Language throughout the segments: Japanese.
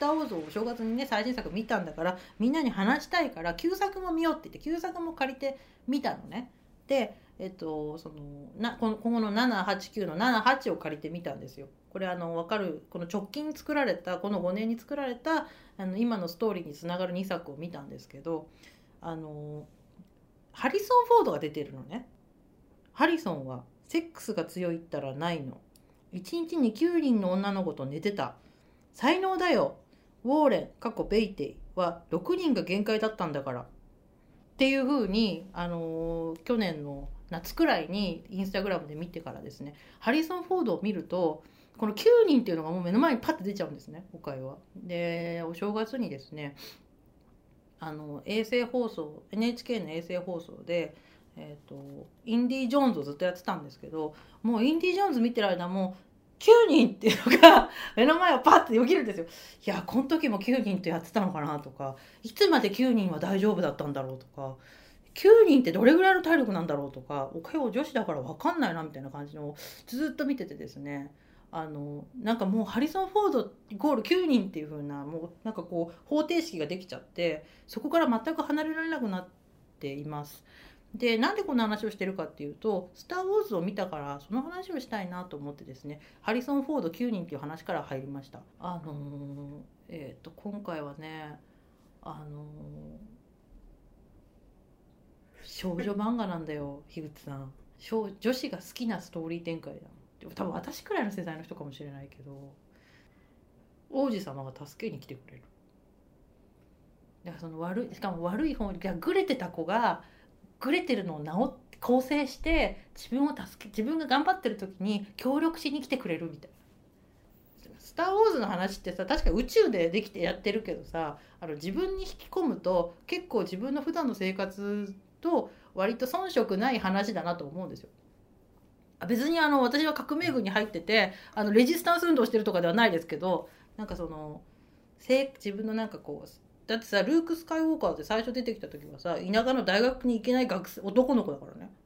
ター・ウォーズをお正月にね最新作見たんだからみんなに話したいから旧作も見ようって言って旧作も借りて見たのね。でこの今後の789の78を借りてみたんですよ。これ分かる、この直近に作られたこの5年に作られた今のストーリーにつながる2作を見たんですけど、ハリソン・フォードが出てるのね。ハリソンはセックスが強いったらないの、1日に9人の女の子と寝てた、才能だよ、ウォーレンベイテイは6人が限界だったんだからっていう風に、去年の夏くらいにインスタグラムで見てからですね、ハリソン・フォードを見るとこの9人っていうのがもう目の前にパッて出ちゃうんですね、今回は。でお正月にですね衛星放送 NHK の衛星放送で、インディ・ジョーンズをずっとやってたんですけど、もうインディ・ジョーンズ見てる間も9人っていうのが目の前をパッてよぎるんですよ。いやこの時も9人とやってたのかなとか、いつまで9人は大丈夫だったんだろうとか、9人ってどれぐらいの体力なんだろうとか、おかよ女子だから分かんないなみたいな感じのずっと見ててですね、なんかもうハリソン・フォードイコール9人っていう風なもうなんかこう方程式ができちゃって、そこから全く離れられなくなっています。でなんでこんな話をしてるかっていうと、スター・ウォーズを見たからその話をしたいなと思ってですね、ハリソン・フォード9人っていう話から入りました。今回はね少女漫画なんだよ樋口さん。女子が好きなストーリー展開だ。多分私くらいの世代の人かもしれないけど、王子様が助けに来てくれる。だからそのしかも悪い方にグレてた子がグレてるのを構成して自分が頑張ってる時に協力しに来てくれるみたいな。スター・ウォーズの話ってさ、確か宇宙でできてやってるけどさ、自分に引き込むと結構自分の普段の生活と割と遜色ない話だなと思うんですよ。別に私は革命軍に入っててレジスタンス運動してるとかではないですけど、なんかその自分のなんかこう、だってさルーク・スカイウォーカーって最初出てきた時はさ田舎の大学に行けない男の子だからね。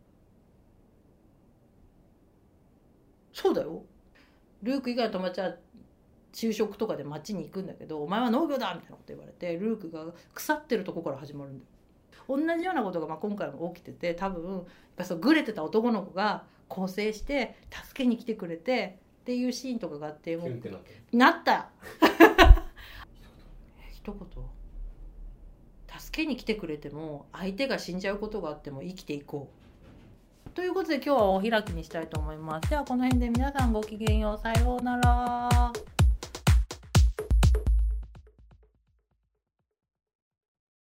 そうだよ。ルーク以外の友達は就職とかで町に行くんだけど、お前は農業だみたいなこと言われてルークが腐ってるとこから始まるんだよ。同じようなことが今回も起きてて、多分やっぱそうグレてた男の子が構成して助けに来てくれてっていうシーンとかがあって、もうなった一言助けに来てくれても相手が死んじゃうことがあっても生きていこうということで、今日はお開きにしたいと思います。ではこの辺で皆さんごきげんよう、さようなら。